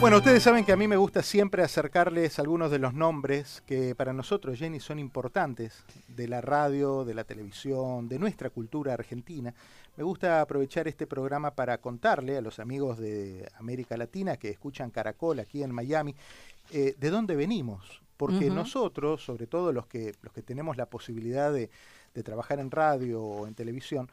Bueno, ustedes saben que a mí me gusta siempre acercarles algunos de los nombres que para nosotros, Jenny, son importantes de la radio, de la televisión, de nuestra cultura argentina. Me gusta aprovechar este programa para contarle a los amigos de América Latina que escuchan Caracol aquí en Miami, de dónde venimos. Porque nosotros, sobre todo los que tenemos la posibilidad de trabajar en radio o en televisión,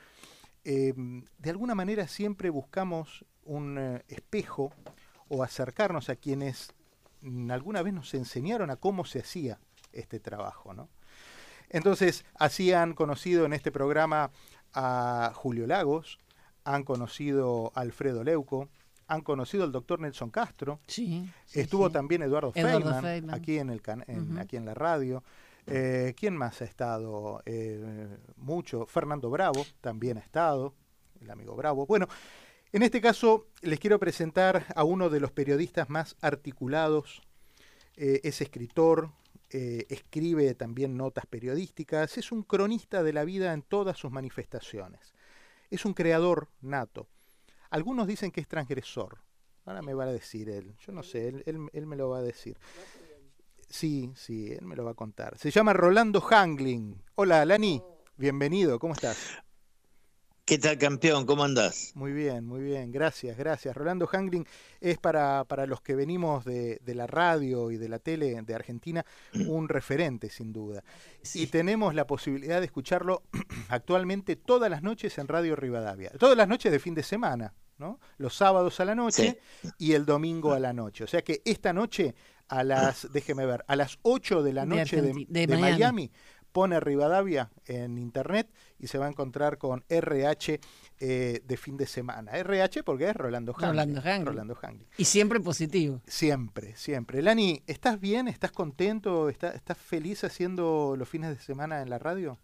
de alguna manera siempre buscamos un espejo o acercarnos a quienes alguna vez nos enseñaron a cómo se hacía este trabajo, ¿no? Entonces, así han conocido en este programa a Julio Lagos, han conocido a Alfredo Leuco, han conocido al doctor Nelson Castro, estuvo también Eduardo Feynman aquí aquí en la radio. ¿Quién más ha estado? Mucho. Fernando Bravo también ha estado, el amigo Bravo. Bueno, en este caso les quiero presentar a uno de los periodistas más articulados. Es escritor, escribe también notas periodísticas, es un cronista de la vida en todas sus manifestaciones. Es un creador nato. Algunos dicen que es transgresor. Ahora me va a decir él. Yo no sé, él me lo va a decir. Sí, él me lo va a contar. Se llama Rolando Hangling. Hola, Lani. Bienvenido, ¿cómo estás? ¿Qué tal, campeón? ¿Cómo andás? Muy bien, gracias. Rolando Hangling es para los que venimos de la radio y de la tele de Argentina un referente, sin duda. Sí. Y tenemos la posibilidad de escucharlo actualmente todas las noches en Radio Rivadavia. Todas las noches de fin de semana, ¿no? Los sábados a la noche y el domingo a la noche. O sea que esta noche a las, a las 8 de la noche de Miami, pone Rivadavia en internet y se va a encontrar con RH de fin de semana. RH porque es Rolando Hangling. Y siempre positivo. Siempre. Lani, ¿estás bien? ¿Estás contento? ¿Estás feliz haciendo los fines de semana en la radio?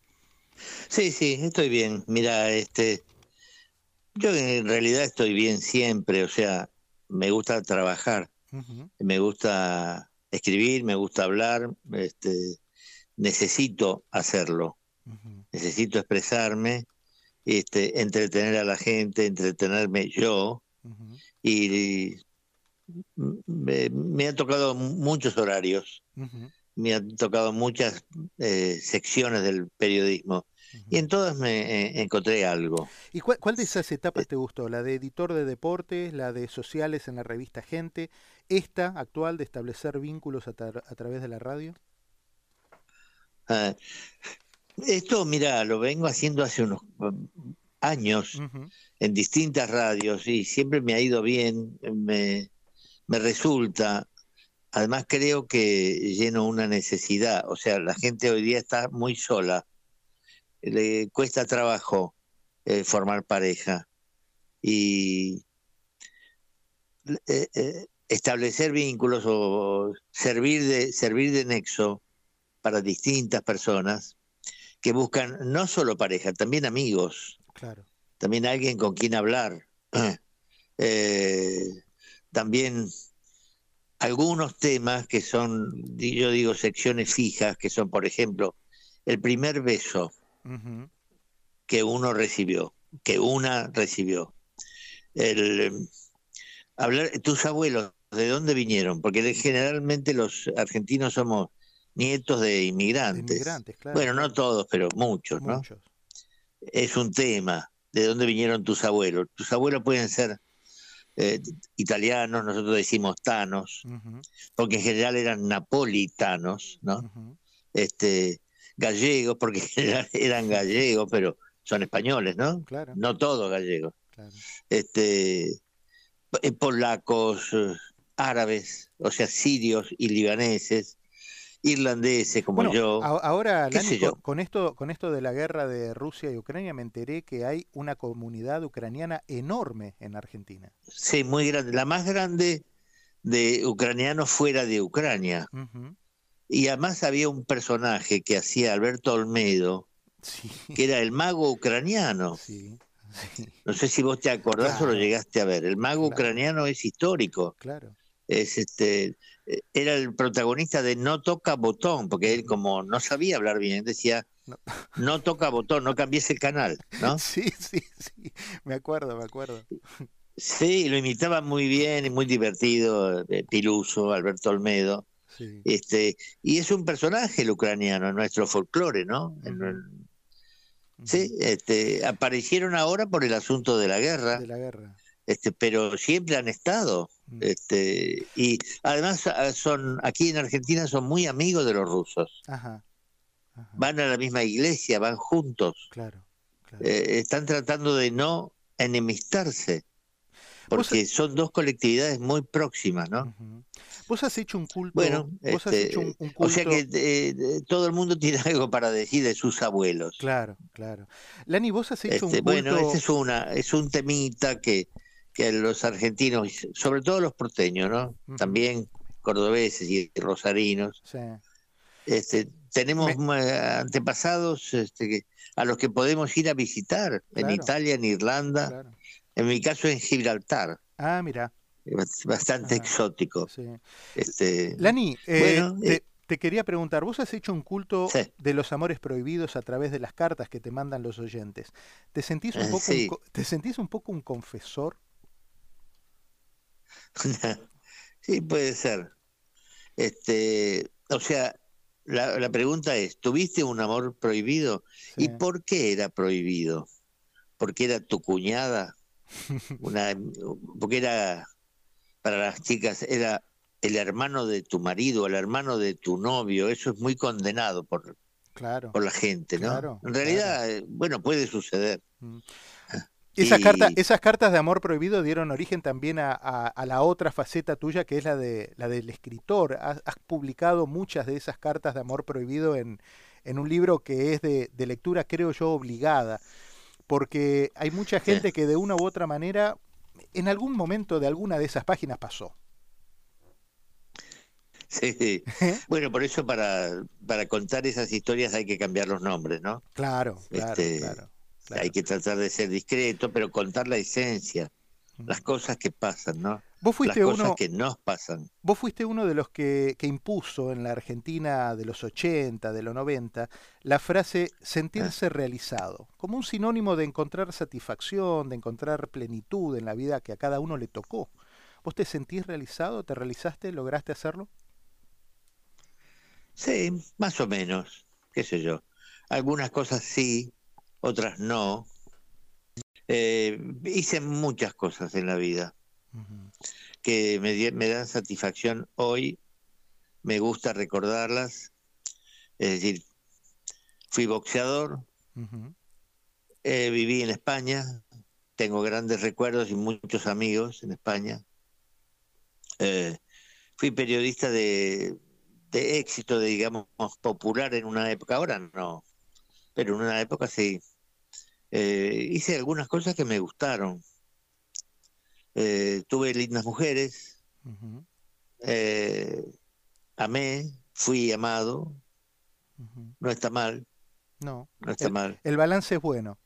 Sí, estoy bien. Mira, yo en realidad estoy bien siempre, o sea, me gusta trabajar, me gusta escribir, me gusta hablar, necesito hacerlo, necesito expresarme, entretener a la gente, entretenerme yo, y me han tocado muchos horarios, me han tocado muchas secciones del periodismo, y en todas me encontré algo. ¿Y cuál de esas etapas te gustó? ¿La de editor de deportes, la de sociales en la revista Gente, esta actual de establecer vínculos a través de la radio? Esto, mira, lo vengo haciendo hace unos años en distintas radios y siempre me ha ido bien, me resulta. Además creo que lleno una necesidad, o sea, la gente hoy día está muy sola, le cuesta trabajo formar pareja y establecer vínculos o servir de nexo para distintas personas que buscan no solo pareja, también amigos, también alguien con quien hablar, también algunos temas que son, yo digo, secciones fijas, que son, por ejemplo, el primer beso que uno recibió, que una recibió, hablar, tus abuelos, ¿de dónde vinieron? Porque generalmente los argentinos somos nietos de inmigrantes. Claro, bueno, no todos, pero muchos, ¿no? Es un tema. ¿De dónde vinieron tus abuelos? Tus abuelos pueden ser italianos, nosotros decimos tanos, porque en general eran napolitanos, ¿no? Gallegos, porque en general eran gallegos, pero son españoles, ¿no? Claro. No todos gallegos. Claro. Polacos, árabes, o sea, sirios y libaneses, irlandeses como yo. Ahora, Lani, con esto de la guerra de Rusia y Ucrania, me enteré que hay una comunidad ucraniana enorme en Argentina. Sí, muy grande. La más grande de ucranianos fuera de Ucrania. Y además había un personaje que hacía Alberto Olmedo, que era el mago ucraniano. No sé si vos te acordás o lo llegaste a ver. El mago ucraniano es histórico. Es era el protagonista de No toca botón, porque él, como no sabía hablar bien, decía no toca botón, no cambies el canal, ¿no? Sí, me acuerdo. Sí, lo imitaba muy bien y muy divertido, Piluso, Alberto Olmedo. Sí. Y es un personaje el ucraniano en nuestro folclore, ¿no? Ujú, ujú. Sí, aparecieron ahora por el asunto de la De guerra, la guerra. pero siempre han estado. Mm. Y además son aquí en Argentina son muy amigos de los rusos. Ajá, ajá. Van a la misma iglesia, van juntos. Claro, claro. Están tratando de no enemistarse, Vos, porque son dos colectividades muy próximas, ¿no? ujú. Vos has hecho un culto, Bueno, vos has hecho un o sea que culto, todo el mundo tiene algo para decir de sus abuelos. claro, claro. Lani, vos has hecho un Bueno, ese culto, es un temita que los argentinos, sobre todo los porteños, ¿no? ujú, También cordobeses y rosarinos, sí. tenemos Me, antepasados a los que podemos ir a visitar en claro, Italia, en Irlanda, claro. en mi caso en Gibraltar, Ah, mira, bastante ajá, exótico. sí. Este, Lani, bueno, te quería preguntar, vos has hecho un culto sí, de los amores prohibidos a través de las cartas que te mandan los oyentes. ¿Te sentís un poco sí. te sentís un poco un confesor? Sí, puede ser. O sea, la pregunta es, ¿tuviste un amor prohibido? Sí. ¿Y por qué era prohibido? ¿Porque era tu cuñada? Una, porque era, para las chicas, era el hermano de tu marido, el hermano de tu novio. Eso es muy condenado Claro, por la gente, ¿no? claro, En claro. realidad, bueno, puede suceder. Mm. Y Esas cartas de amor prohibido dieron origen también a la otra faceta tuya, que es la del escritor. Has publicado muchas de esas cartas de amor prohibido en un libro que es de lectura, creo yo, obligada, porque hay mucha sí, gente que de una u otra manera, en algún momento de alguna de esas páginas pasó. sí. Bueno, por eso para contar esas historias hay que cambiar los nombres, ¿no? Claro, claro, Este, claro, Hay claro. que tratar de ser discreto, pero contar la esencia, las cosas que pasan, ¿no? Vos Las fuiste cosas uno, que nos pasan. Vos fuiste uno de los que impuso en la Argentina de los 80, de los 90, la frase ¿Eh? sentirse realizado, como un sinónimo de encontrar satisfacción, de encontrar plenitud en la vida que a cada uno le tocó. ¿Vos te sentís realizado? ¿Te realizaste? ¿Lograste hacerlo? Sí, más o menos, qué sé yo. Algunas cosas sí, otras no. Hice muchas cosas en la vida Ujú, que me dan satisfacción hoy, me gusta recordarlas. Es decir, fui boxeador, ujú, viví en España, tengo grandes recuerdos y muchos amigos en España. Eh, Fui periodista de éxito, de, digamos, popular en una época, ahora no, pero en una época sí. Hice algunas cosas que me gustaron. Tuve lindas mujeres, ujú, eh, amé, fui amado, ujú. no está mal, No, no está mal. el balance es bueno.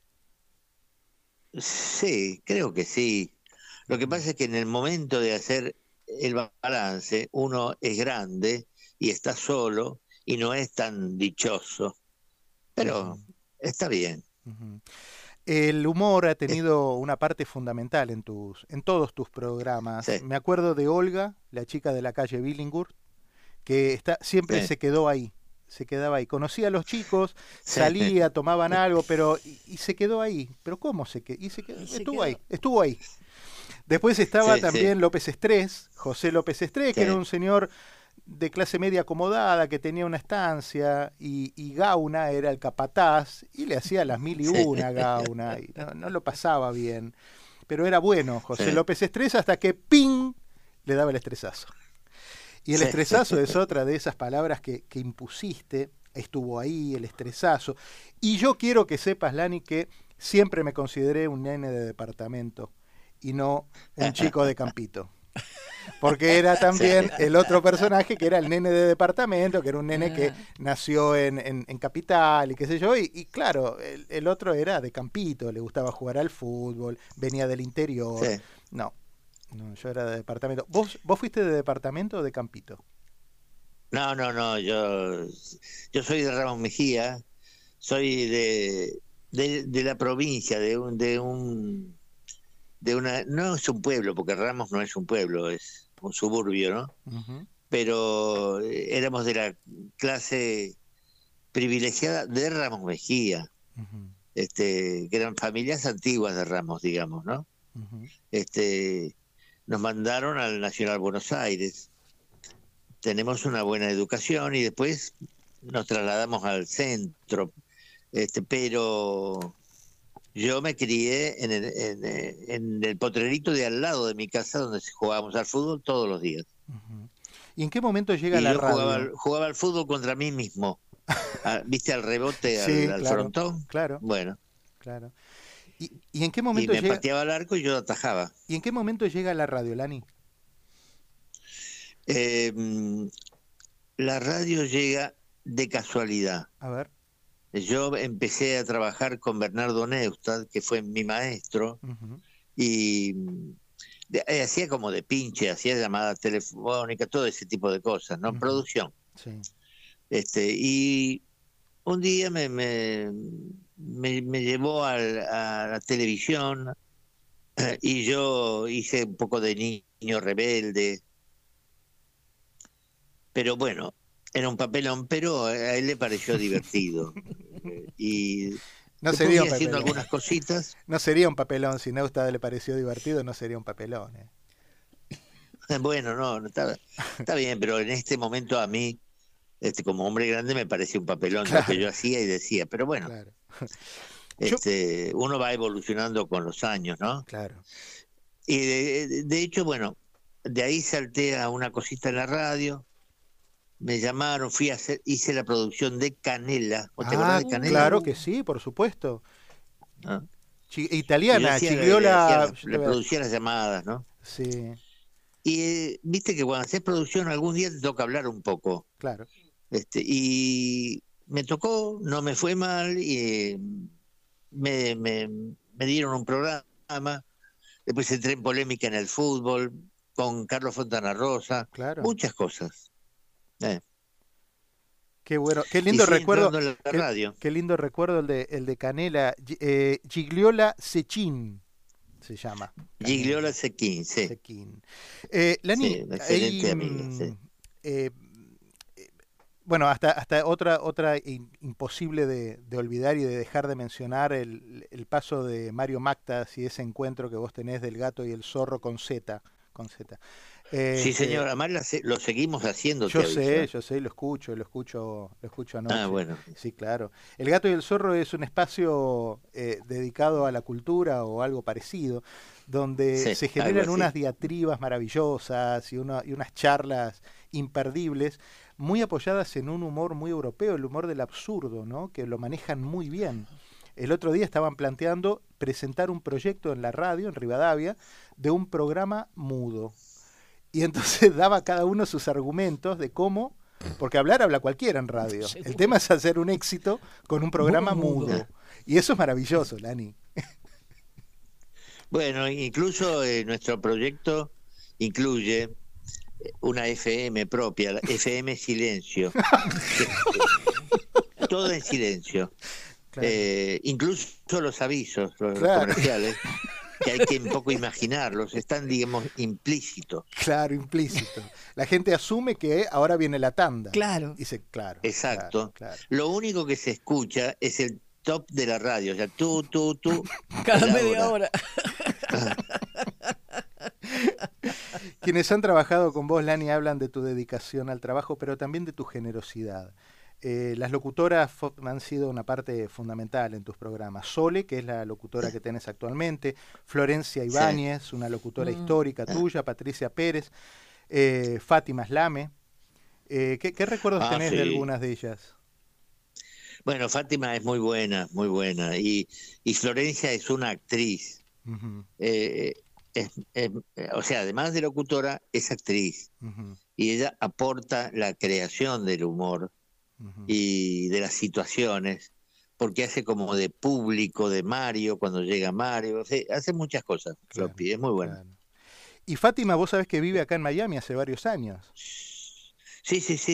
Sí, creo que sí. Lo que Ujú, pasa es que en el momento de hacer el balance, uno es grande y está solo y no es tan dichoso, ujú, pero está bien. ujú. El humor ha Es- tenido una parte fundamental en todos tus programas. sí, Me acuerdo de Olga, la chica de la calle Billinghurst, que siempre sí, se quedó ahí, se quedaba ahí. Conocía a los chicos, sí, salía, tomaban algo, pero y se quedó ahí. Pero ¿cómo se quedó? y se Estuvo ahí, quedó. estuvo ahí. Después estaba Sí, sí, también López Estrés, José López Estrés, que era sí, un señor de clase media acomodada, que tenía una estancia, y Gauna era el capataz, y le hacía las mil y sí, una a Gauna, y no lo pasaba bien. Pero era bueno José sí, López Estrés hasta que ¡ping! Le daba el estresazo. Y el sí, estresazo es otra de esas palabras que impusiste, estuvo ahí, el estresazo. Y yo quiero que sepas, Lani, que siempre me consideré un nene de departamento y no un chico de campito. Porque era sí, también el otro personaje que era el nene de departamento, que era un nene que nació en Capital y qué sé yo. Y claro, el otro era de campito, le gustaba jugar al fútbol, venía del interior. sí. No, no, yo era de departamento. ¿Vos fuiste de departamento o de campito? No, no, no, yo soy de Ramos Mejía, soy de la provincia, no es un pueblo, porque Ramos no es un pueblo, es un suburbio, ¿no? Ujú. Pero éramos de la clase privilegiada de Ramos Mejía, Ujú. que eran familias antiguas de Ramos, digamos, ¿no? Ujú. Nos mandaron al Nacional Buenos Aires, tenemos una buena educación y después nos trasladamos al centro, pero yo me crié en el potrerito de al lado de mi casa donde jugábamos al fútbol todos los días. Ujú. ¿Y en qué momento llega Y la yo radio? jugaba al fútbol contra mí mismo. ¿Viste al rebote, Sí, al claro, frontón? claro, Bueno, claro. ¿Y en qué y momento me llega, pateaba al arco y yo atajaba. y en qué momento llega la radio, Lani? Eh, la radio llega de casualidad. A ver. Yo empecé a trabajar con Bernardo Neustadt, que fue mi maestro, Ujú. y hacía como de pinche, hacía llamadas telefónicas, todo ese tipo de cosas, ¿no? Ujú. Producción. Sí. Y un día me llevó a la televisión y yo hice un poco de niño rebelde, pero bueno, era un papelón, pero a él le pareció divertido. Y No después sería fui un haciendo papelón. algunas cositas. No sería un papelón. Si Neustadt le pareció divertido, no sería un papelón. Bueno, no, está bien, pero en este momento a mí, como hombre grande, me parecía un papelón lo que Claro, yo hacía y decía, pero bueno, claro. Yo, uno va evolucionando con los años, ¿no? claro. Y de hecho, bueno, de ahí salté a una cosita en la radio, me llamaron, hice la producción de Canela. ¿Vos te acordás Ah, de Canela? claro que sí, por supuesto. ¿No? Y yo Italiana, Gigliola. le producía las llamadas, ¿no? Sí, Y viste que cuando haces producción algún día te toca hablar un poco. claro. Y me tocó, no me fue mal, y me dieron un programa, después entré en polémica en el fútbol, con Carlos Fontana Rosa, Claro. muchas cosas. Eh. Qué bueno, qué Y lindo fui recuerdo, entrando en la qué, radio. qué lindo recuerdo el de Canela. Gigliola Cecchín se llama. Canela, Gigliola Sequín, sí, Cecchín. sí, Lani, una hay, excelente amiga, sí. eh, bueno, hasta otra imposible de olvidar y de dejar de mencionar el paso de Mario Mactas y ese encuentro que vos tenés del gato y el zorro con Z. Con Z. Sí, Este, señor, además lo seguimos haciendo, te yo aviso. sé, lo escucho Ah, anoche. bueno, Sí, claro. El Gato y el Zorro es un espacio dedicado a la cultura o algo parecido, donde sí, se algo generan así. unas diatribas maravillosas y unas charlas imperdibles, muy apoyadas en un humor muy europeo, el humor del absurdo, ¿no? Que lo manejan muy bien. El otro día estaban planteando presentar un proyecto en la radio, en Rivadavia, de un programa mudo. Y entonces daba cada uno sus argumentos de cómo, porque habla cualquiera en radio. El Seguro. tema es hacer un éxito con un programa Mudo. mudo. Y eso es maravilloso, Lani. Bueno, incluso nuestro proyecto incluye una FM propia, la FM Silencio, que, todo en silencio. Claro, Incluso los avisos, los claro, comerciales, que hay que un poco imaginarlos, están, digamos, implícitos. claro, implícito. La gente asume que ahora viene la tanda. Claro. Dice, claro, claro, Exacto. claro. Lo único que se escucha es el top de la radio, o sea, tú, Cada la media hora. Quienes han trabajado con vos, Lani, hablan de tu dedicación al trabajo, pero también de tu generosidad. Las locutoras han sido una parte fundamental en tus programas. Sole, que es la locutora que tenés actualmente, Florencia Sí. Ibáñez, una locutora histórica tuya, Patricia Pérez, Fátima Slame. ¿Qué recuerdos Ah, tenés de sí. algunas de ellas? Bueno, Fátima es muy buena, muy buena. Y Florencia es una actriz. Ujú, Eh, o sea, además de locutora, es actriz. ujú, Y ella aporta la creación del humor ujú. y de las situaciones, porque hace como de público de Mario cuando llega Mario. O sea, hace muchas cosas, Claro, Floppy, es muy buena. claro. Y Fátima, vos sabés que vive acá en Miami hace varios años. Sí, sí, sí.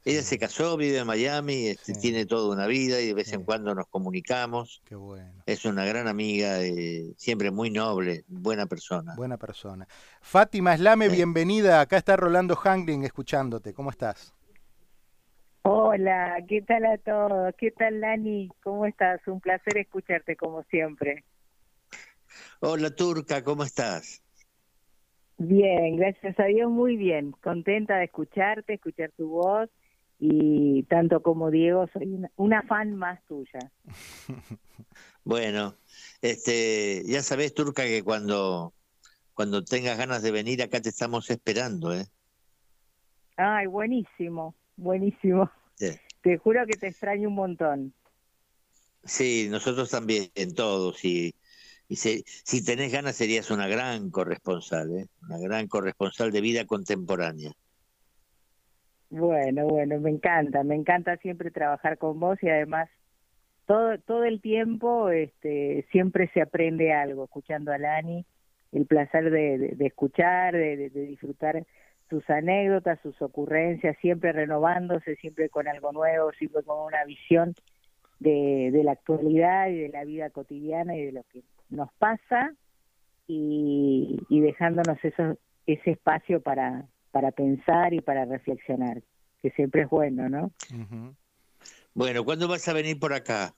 Ella se casó, vive en Miami, tiene toda una vida y de vez en cuando nos comunicamos. Qué bueno. Es una gran amiga, siempre muy noble, buena persona. Buena persona. Fátima Eslame, bienvenida. Acá está Rolando Hangling escuchándote. ¿Cómo estás? Hola, ¿qué tal a todos? ¿Qué tal, Lani? ¿Cómo estás? Un placer escucharte como siempre. Hola, Turca, ¿cómo estás? Bien, gracias a Dios, muy bien. Contenta de escucharte, escuchar tu voz. Y tanto como Diego, soy una fan más tuya. Bueno, ya sabés, Turca, que cuando tengas ganas de venir, acá te estamos esperando, ¿eh? Ay, buenísimo, buenísimo. Sí. Te juro que te extraño un montón. Sí, nosotros también, todos. Y si tenés ganas, serías una gran corresponsal, ¿eh? Una gran corresponsal de vida contemporánea. Bueno, me encanta siempre trabajar con vos y además todo el tiempo siempre se aprende algo escuchando a Lani, el placer de escuchar, de disfrutar sus anécdotas, sus ocurrencias, siempre renovándose, siempre con algo nuevo, siempre con una visión de la actualidad y de la vida cotidiana y de lo que nos pasa y dejándonos ese espacio para pensar y para reflexionar, que siempre es bueno, ¿no? Uh-huh. Bueno, ¿cuándo vas a venir por acá?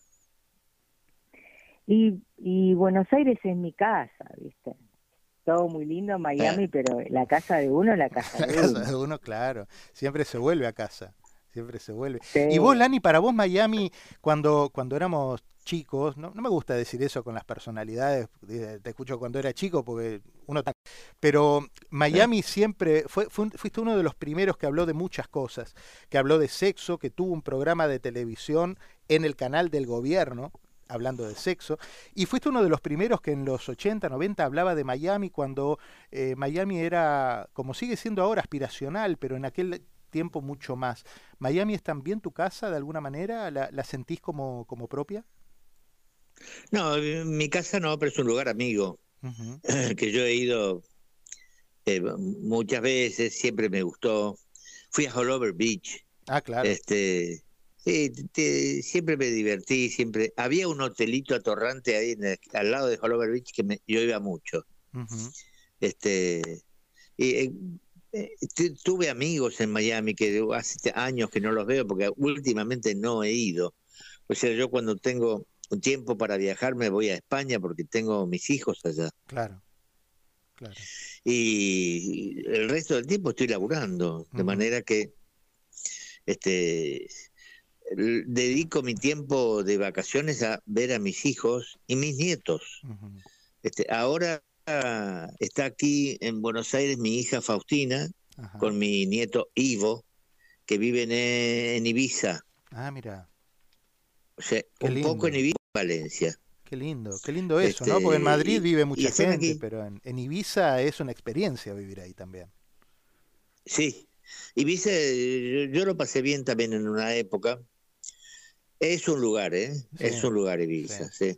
Y Buenos Aires es mi casa, ¿viste? Todo muy lindo, Miami, pero la casa de uno es la casa de uno. La casa de uno, claro. Siempre se vuelve a casa. Siempre se vuelve. Sí. Y vos, Lani, para vos Miami, cuando éramos chicos, no me gusta decir eso con las personalidades, te escucho cuando era chico, porque pero Miami siempre, fuiste uno de los primeros que habló de muchas cosas, que habló de sexo, que tuvo un programa de televisión en el canal del gobierno, hablando de sexo, y fuiste uno de los primeros que en los 80, 90 hablaba de Miami cuando Miami era, como sigue siendo ahora, aspiracional, pero en aquel tiempo mucho más. ¿Miami es también tu casa de alguna manera? ¿La sentís como propia? No, mi casa no, pero es un lugar amigo, uh-huh. Que yo he ido muchas veces, siempre me gustó. Fui a Haulover Beach. Ah, claro. Siempre me divertí, siempre. Había un hotelito atorrante ahí al lado de Haulover Beach que yo iba mucho. Uh-huh. Tuve amigos en Miami que hace años que no los veo porque últimamente no he ido. O sea, yo cuando tengo un tiempo para viajar me voy a España porque tengo mis hijos allá. Claro. Y el resto del tiempo estoy laburando, uh-huh. De manera que dedico mi tiempo de vacaciones a ver a mis hijos y mis nietos. Uh-huh. Ahora está aquí en Buenos Aires mi hija Faustina, ajá, con mi nieto Ivo, que viven en Ibiza. Ah, mira. O sea, un poco en Ibiza, Valencia. Qué lindo eso, ¿no? Porque en Madrid vive mucha gente, aquí, pero en Ibiza es una experiencia vivir ahí también. Sí, Ibiza yo lo pasé bien también en una época. Es un lugar, ¿eh? Sí, es un lugar Ibiza, sí.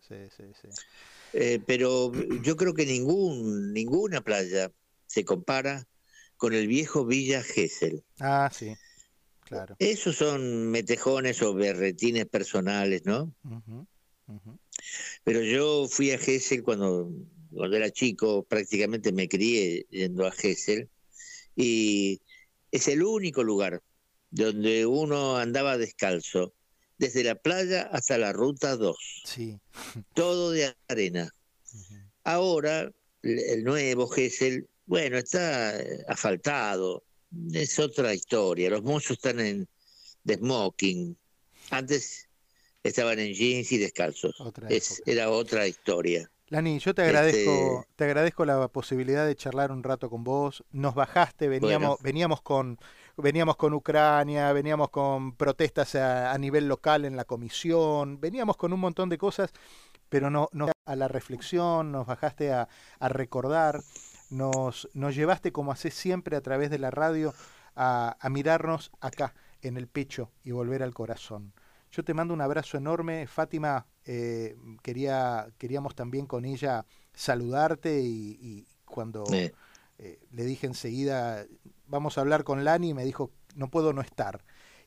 Pero yo creo que ninguna playa se compara con el viejo Villa Gesell. Ah, sí, claro. Esos son metejones o berretines personales, ¿no? Uh-huh, uh-huh. Pero yo fui a Gesell cuando era chico, prácticamente me crié yendo a Gesell, y es el único lugar donde uno andaba descalzo, desde la playa hasta la ruta 2. Sí. Todo de arena. Uh-huh. Ahora, el nuevo Gesell, bueno, está asfaltado, es otra historia. Los mozos están de smoking. Antes estaban en jeans y descalzos. Era otra historia. Lani, yo te agradezco la posibilidad de charlar un rato con vos. Nos bajaste, veníamos con Ucrania, veníamos con protestas a nivel local en la comisión, veníamos con un montón de cosas, pero no a la reflexión, nos bajaste a recordar, nos llevaste como haces siempre a través de la radio a mirarnos acá en el pecho y volver al corazón. Yo te mando un abrazo enorme, Fátima. Queríamos también con ella saludarte y cuando le dije enseguida, vamos a hablar con Lani, me dijo, no puedo no estar.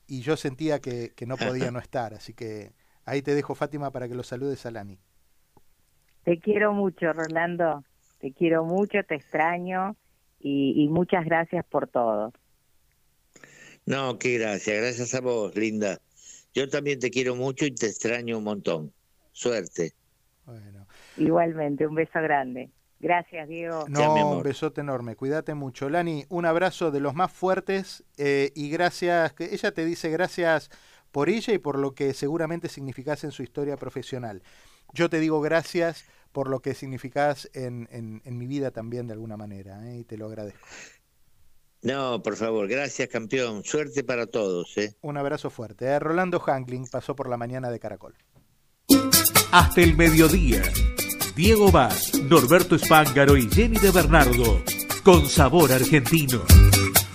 y yo sentía que no podía no estar, así que ahí te dejo, Fátima, para que lo saludes a Lani. Te quiero mucho, Rolando, te quiero mucho, te extraño y muchas gracias por todo. No, qué gracias a vos, linda. Yo también te quiero mucho y te extraño un montón. Suerte. Bueno. Igualmente, un beso grande. Gracias, Diego. No, un besote enorme, cuídate mucho. Lani, un abrazo de los más fuertes y gracias, que ella te dice gracias por ella y por lo que seguramente significás en su historia profesional. Yo te digo gracias por lo que significás en mi vida también de alguna manera, y te lo agradezco. No, por favor, gracias, campeón. Suerte para todos. Un abrazo fuerte. Rolando Hankling pasó por la mañana de Caracol. Hasta el mediodía. Diego Vaz, Norberto Spángaro y Jenny de Bernardo, con sabor argentino.